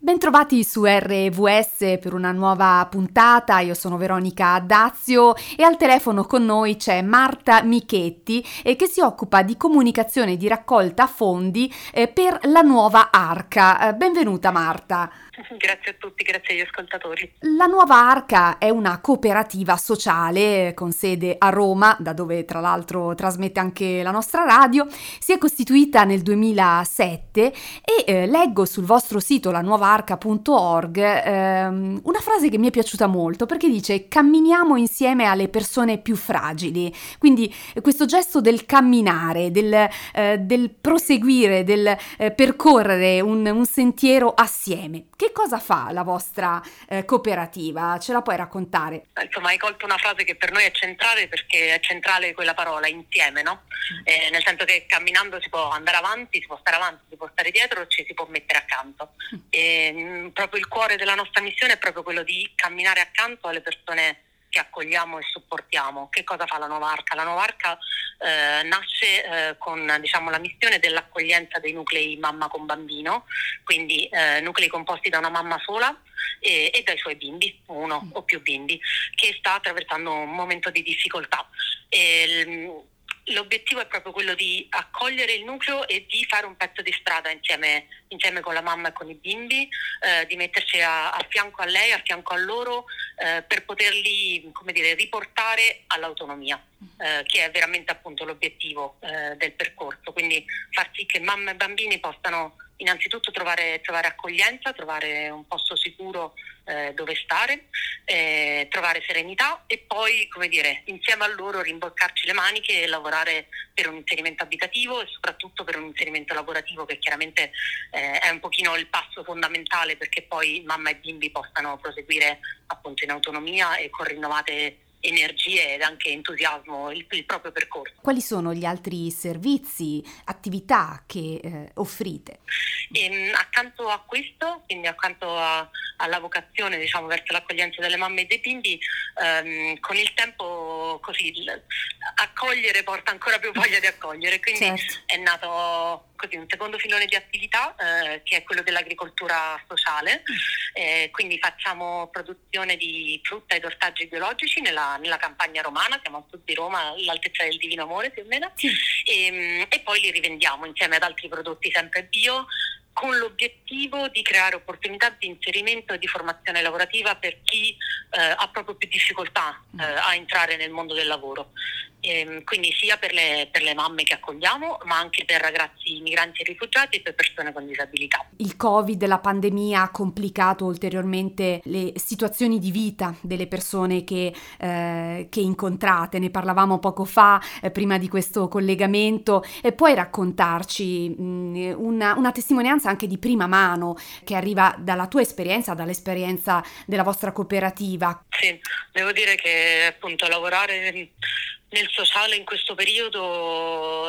Bentrovati su RVS per una nuova puntata, io sono Veronica Dazio e al telefono con noi c'è Marta Michetti che si occupa di comunicazione e di raccolta fondi per la nuova Arca. Benvenuta Marta. Grazie a tutti, grazie agli ascoltatori. La nuova Arca è una cooperativa sociale con sede a Roma, da dove tra l'altro trasmette anche la nostra radio. Si è costituita nel 2007 e leggo sul vostro sito lanuovaarca.org una frase che mi è piaciuta molto perché dice: camminiamo insieme alle persone più fragili. Quindi questo gesto del camminare, del proseguire, del percorrere un sentiero assieme. Che cosa fa la vostra cooperativa? Ce la puoi raccontare? Insomma, hai colto una frase che per noi è centrale, perché è centrale quella parola, insieme, no? Nel senso che camminando si può andare avanti, si può stare dietro, ci si può mettere accanto. Proprio il cuore della nostra missione è proprio quello di camminare accanto alle persone che accogliamo e supportiamo. Che cosa fa la nuova Arca? La nuova Arca nasce con la missione dell'accoglienza dei nuclei mamma con bambino, quindi nuclei composti da una mamma sola e dai suoi bimbi, uno o più bimbi, che sta attraversando un momento di difficoltà. L'obiettivo è proprio quello di accogliere il nucleo e di fare un pezzo di strada insieme con la mamma e con i bimbi, di metterci a fianco a lei, a fianco a loro, per poterli, riportare all'autonomia, che è veramente appunto l'obiettivo del percorso. Quindi far sì che mamma e bambini possano innanzitutto trovare accoglienza, trovare un posto sicuro dove stare, trovare serenità e poi, insieme a loro rimboccarci le maniche e lavorare per un inserimento abitativo e soprattutto per un inserimento lavorativo, che chiaramente è un pochino il passo fondamentale perché poi mamma e bimbi possano proseguire appunto in autonomia e con rinnovate energie ed anche entusiasmo il proprio percorso. Quali sono gli altri servizi, attività che offrite? Accanto a questo, quindi accanto alla vocazione verso l'accoglienza delle mamme e dei bimbi, con il tempo accogliere porta ancora più voglia di accogliere, quindi certo. È nato un secondo filone di attività che è quello dell'agricoltura sociale, quindi facciamo produzione di frutta ed ortaggi biologici nella campagna romana, siamo a sud di Roma, all'altezza del Divino Amore più o meno, sì. E poi li rivendiamo insieme ad altri prodotti sempre bio, con l'obiettivo di creare opportunità di inserimento e di formazione lavorativa per chi ha proprio più difficoltà a entrare nel mondo del lavoro. Quindi sia per le mamme che accogliamo, ma anche per ragazzi migranti e rifugiati e per persone con disabilità. Il Covid, la pandemia ha complicato ulteriormente le situazioni di vita delle persone che incontrate. Ne parlavamo poco fa, prima di questo collegamento. E puoi raccontarci una testimonianza anche di prima mano che arriva dalla tua esperienza, dall'esperienza della vostra cooperativa? Sì, devo dire che appunto lavorare nel sociale in questo periodo,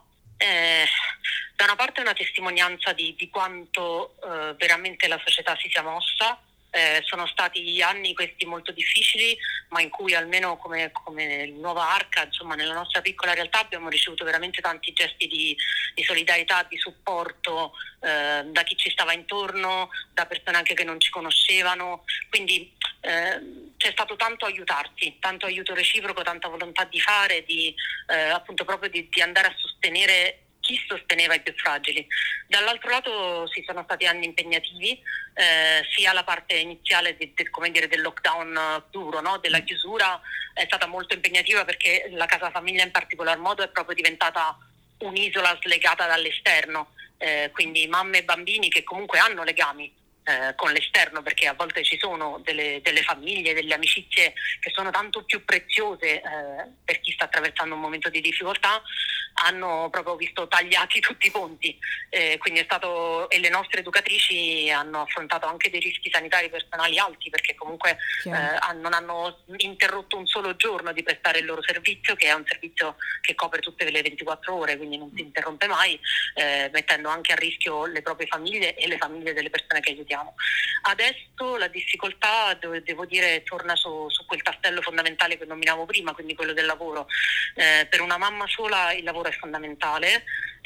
da una parte è una testimonianza di quanto veramente la società si sia mossa. Sono stati anni questi molto difficili, ma in cui almeno come nuova Arca, nella nostra piccola realtà abbiamo ricevuto veramente tanti gesti di solidarietà, di supporto da chi ci stava intorno, da persone anche che non ci conoscevano, quindi c'è stato tanto aiutarsi, tanto aiuto reciproco, tanta volontà di fare, appunto proprio di andare a sostenere chi sosteneva i più fragili. Dall'altro lato si sono stati anni impegnativi, sia la parte iniziale del lockdown duro, no? Della chiusura, è stata molto impegnativa perché la casa famiglia in particolar modo è proprio diventata un'isola slegata dall'esterno, quindi mamme e bambini che comunque hanno legami con l'esterno, perché a volte ci sono delle famiglie, delle amicizie che sono tanto più preziose per chi sta attraversando un momento di difficoltà, hanno proprio visto tagliati tutti i ponti, quindi e le nostre educatrici hanno affrontato anche dei rischi sanitari personali alti, perché comunque non hanno interrotto un solo giorno di prestare il loro servizio, che è un servizio che copre tutte le 24 ore, quindi non si interrompe mai, mettendo anche a rischio le proprie famiglie e le famiglie delle persone che aiutiamo. Adesso la difficoltà, devo dire, torna su quel tassello fondamentale che nominavo prima, quindi quello del lavoro. Per una mamma sola il lavoro è fondamentale,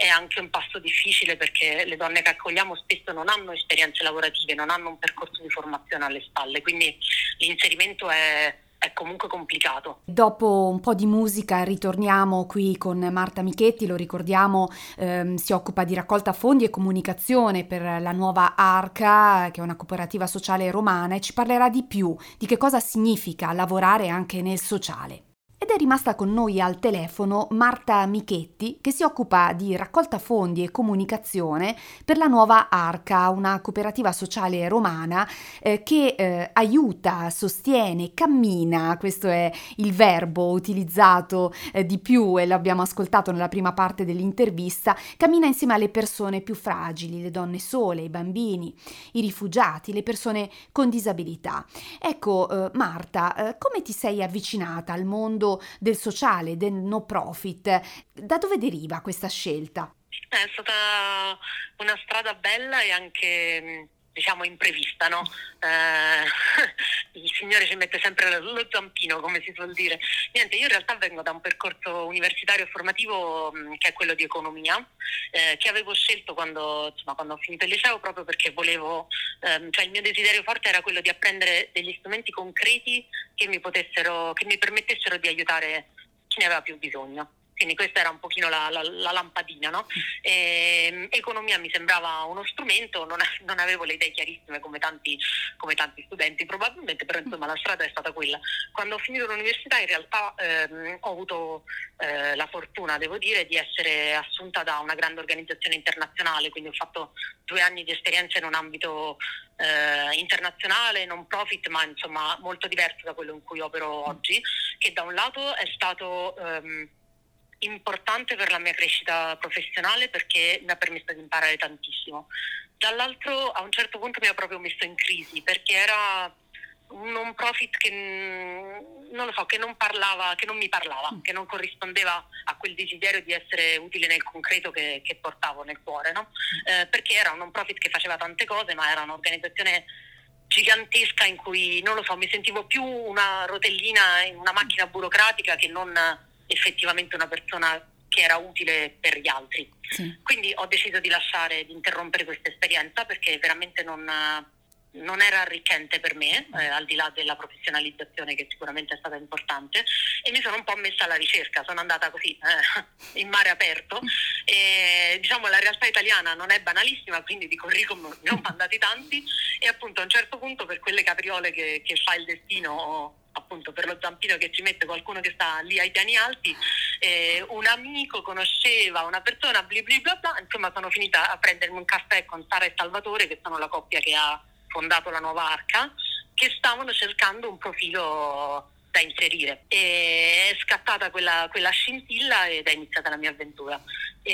è anche un passo difficile perché le donne che accogliamo spesso non hanno esperienze lavorative, non hanno un percorso di formazione alle spalle, quindi l'inserimento è comunque complicato. Dopo un po' di musica ritorniamo qui con Marta Michetti, lo ricordiamo, si occupa di raccolta fondi e comunicazione per la nuova Arca, che è una cooperativa sociale romana, e ci parlerà di più di che cosa significa lavorare anche nel sociale. Ed è rimasta con noi al telefono Marta Michetti, che si occupa di raccolta fondi e comunicazione per la nuova Arca, una cooperativa sociale romana che aiuta, sostiene, cammina, questo è il verbo utilizzato di più e l'abbiamo ascoltato nella prima parte dell'intervista, cammina insieme alle persone più fragili, le donne sole, i bambini, i rifugiati, le persone con disabilità. Ecco, Marta, come ti sei avvicinata al mondo del sociale, del no profit? Da dove deriva questa scelta? È stata una strada bella e anche, diciamo, imprevista, no? Il Signore ci mette sempre lo zampino, come si suol dire. Niente, io in realtà vengo da un percorso universitario e formativo che è quello di economia, che avevo scelto quando ho finito il liceo, proprio perché volevo, cioè il mio desiderio forte era quello di apprendere degli strumenti concreti che mi permettessero di aiutare chi ne aveva più bisogno. Quindi questa era un pochino la lampadina, no? Economia mi sembrava uno strumento, non avevo le idee chiarissime come tanti studenti probabilmente, però insomma la strada è stata quella. Quando ho finito l'università in realtà ho avuto la fortuna, devo dire, di essere assunta da una grande organizzazione internazionale, quindi ho fatto 2 anni di esperienza in un ambito internazionale, non profit, ma insomma molto diverso da quello in cui opero oggi, che da un lato è stato importante per la mia crescita professionale perché mi ha permesso di imparare tantissimo. Dall'altro a un certo punto mi ha proprio messo in crisi perché era un non profit che non lo so, che non mi parlava, che non corrispondeva a quel desiderio di essere utile nel concreto che portavo nel cuore, no? Perché era un non profit che faceva tante cose, ma era un'organizzazione gigantesca in cui, non lo so, mi sentivo più una rotellina in una macchina burocratica che non effettivamente una persona che era utile per gli altri. Sì. Quindi ho deciso di interrompere questa esperienza perché veramente non era arricchente per me, al di là della professionalizzazione che sicuramente è stata importante, e mi sono un po' messa alla ricerca, sono andata così in mare aperto e diciamo la realtà italiana non è banalissima, quindi di curriculum ne ho mandati tanti e appunto a un certo punto per quelle capriole che fa il destino o appunto per lo zampino che ci mette qualcuno che sta lì ai piani alti, un amico conosceva una persona bla bla bla, insomma sono finita a prendermi un caffè con Sara e Salvatore, che sono la coppia che ha fondato la nuova Arca, che stavano cercando un profilo da inserire e è scattata quella scintilla ed è iniziata la mia avventura.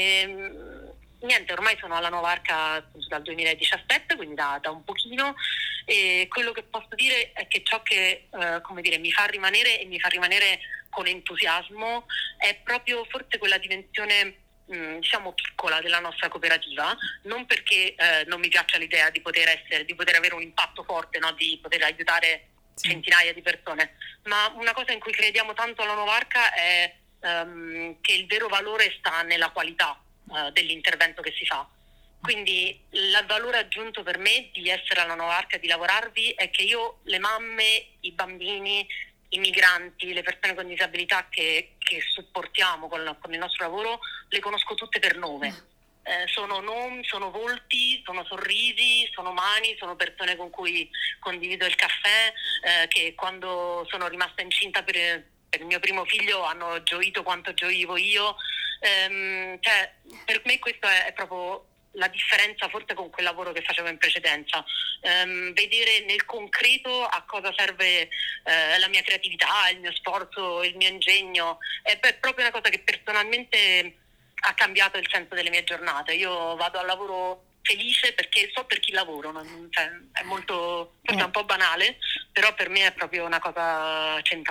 Niente, ormai sono alla nuova Arca dal 2017, quindi da un pochino, e quello che posso dire è che ciò che mi fa rimanere e mi fa rimanere con entusiasmo è proprio forse quella dimensione diciamo piccola della nostra cooperativa, non perché non mi piaccia l'idea di poter avere un impatto forte, no? Di poter aiutare centinaia di persone, ma una cosa in cui crediamo tanto alla nuova Arca è che il vero valore sta nella qualità dell'intervento che si fa. Quindi il valore aggiunto per me di essere alla nuova Arca, di lavorarvi, è che io le mamme, i bambini, i migranti, le persone con disabilità che supportiamo con il nostro lavoro, le conosco tutte per nome. Sono nomi, sono volti, sono sorrisi, sono mani, sono persone con cui condivido il caffè, che quando sono rimasta incinta per il mio primo figlio hanno gioito quanto gioivo io. Cioè, per me questo è proprio la differenza forse con quel lavoro che facevo in precedenza, vedere nel concreto a cosa serve la mia creatività, il mio sforzo, il mio ingegno, è proprio una cosa che personalmente ha cambiato il senso delle mie giornate. Io vado al lavoro felice perché so per chi lavoro, è molto, forse è un po' banale, però per me è proprio una cosa centrale.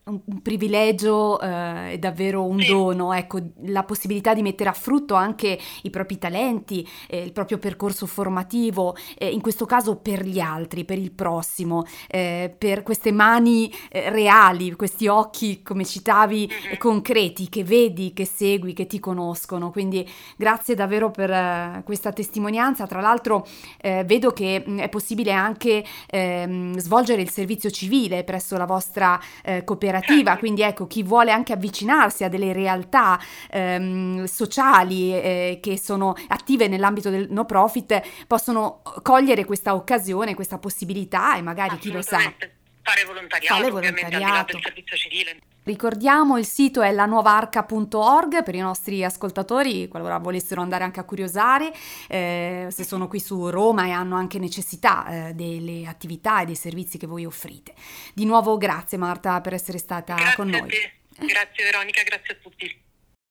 un privilegio, è davvero un Sì, dono, ecco, la possibilità di mettere a frutto anche i propri talenti, il proprio percorso formativo, in questo caso per gli altri, per il prossimo, per queste mani reali, questi occhi, come citavi, mhm. concreti, che vedi, che segui, che ti conoscono. Quindi grazie davvero per questa testimonianza. Tra l'altro vedo che è possibile anche svolgere il servizio civile presso la vostra cooperativa, Certo. quindi ecco, chi vuole anche avvicinarsi a delle realtà sociali che sono attive nell'ambito del no profit possono cogliere questa occasione, questa possibilità e magari, chi lo sa, Assolutamente. Fare fare volontariato, ovviamente, al di là del volontariato. servizio civile. Ricordiamo, il sito è lanuovaarca.org per i nostri ascoltatori, qualora volessero andare anche a curiosare, se sono qui su Roma e hanno anche necessità delle attività e dei servizi che voi offrite. Di nuovo grazie Marta per essere stata con Grazie a noi. te, grazie Veronica, grazie a tutti.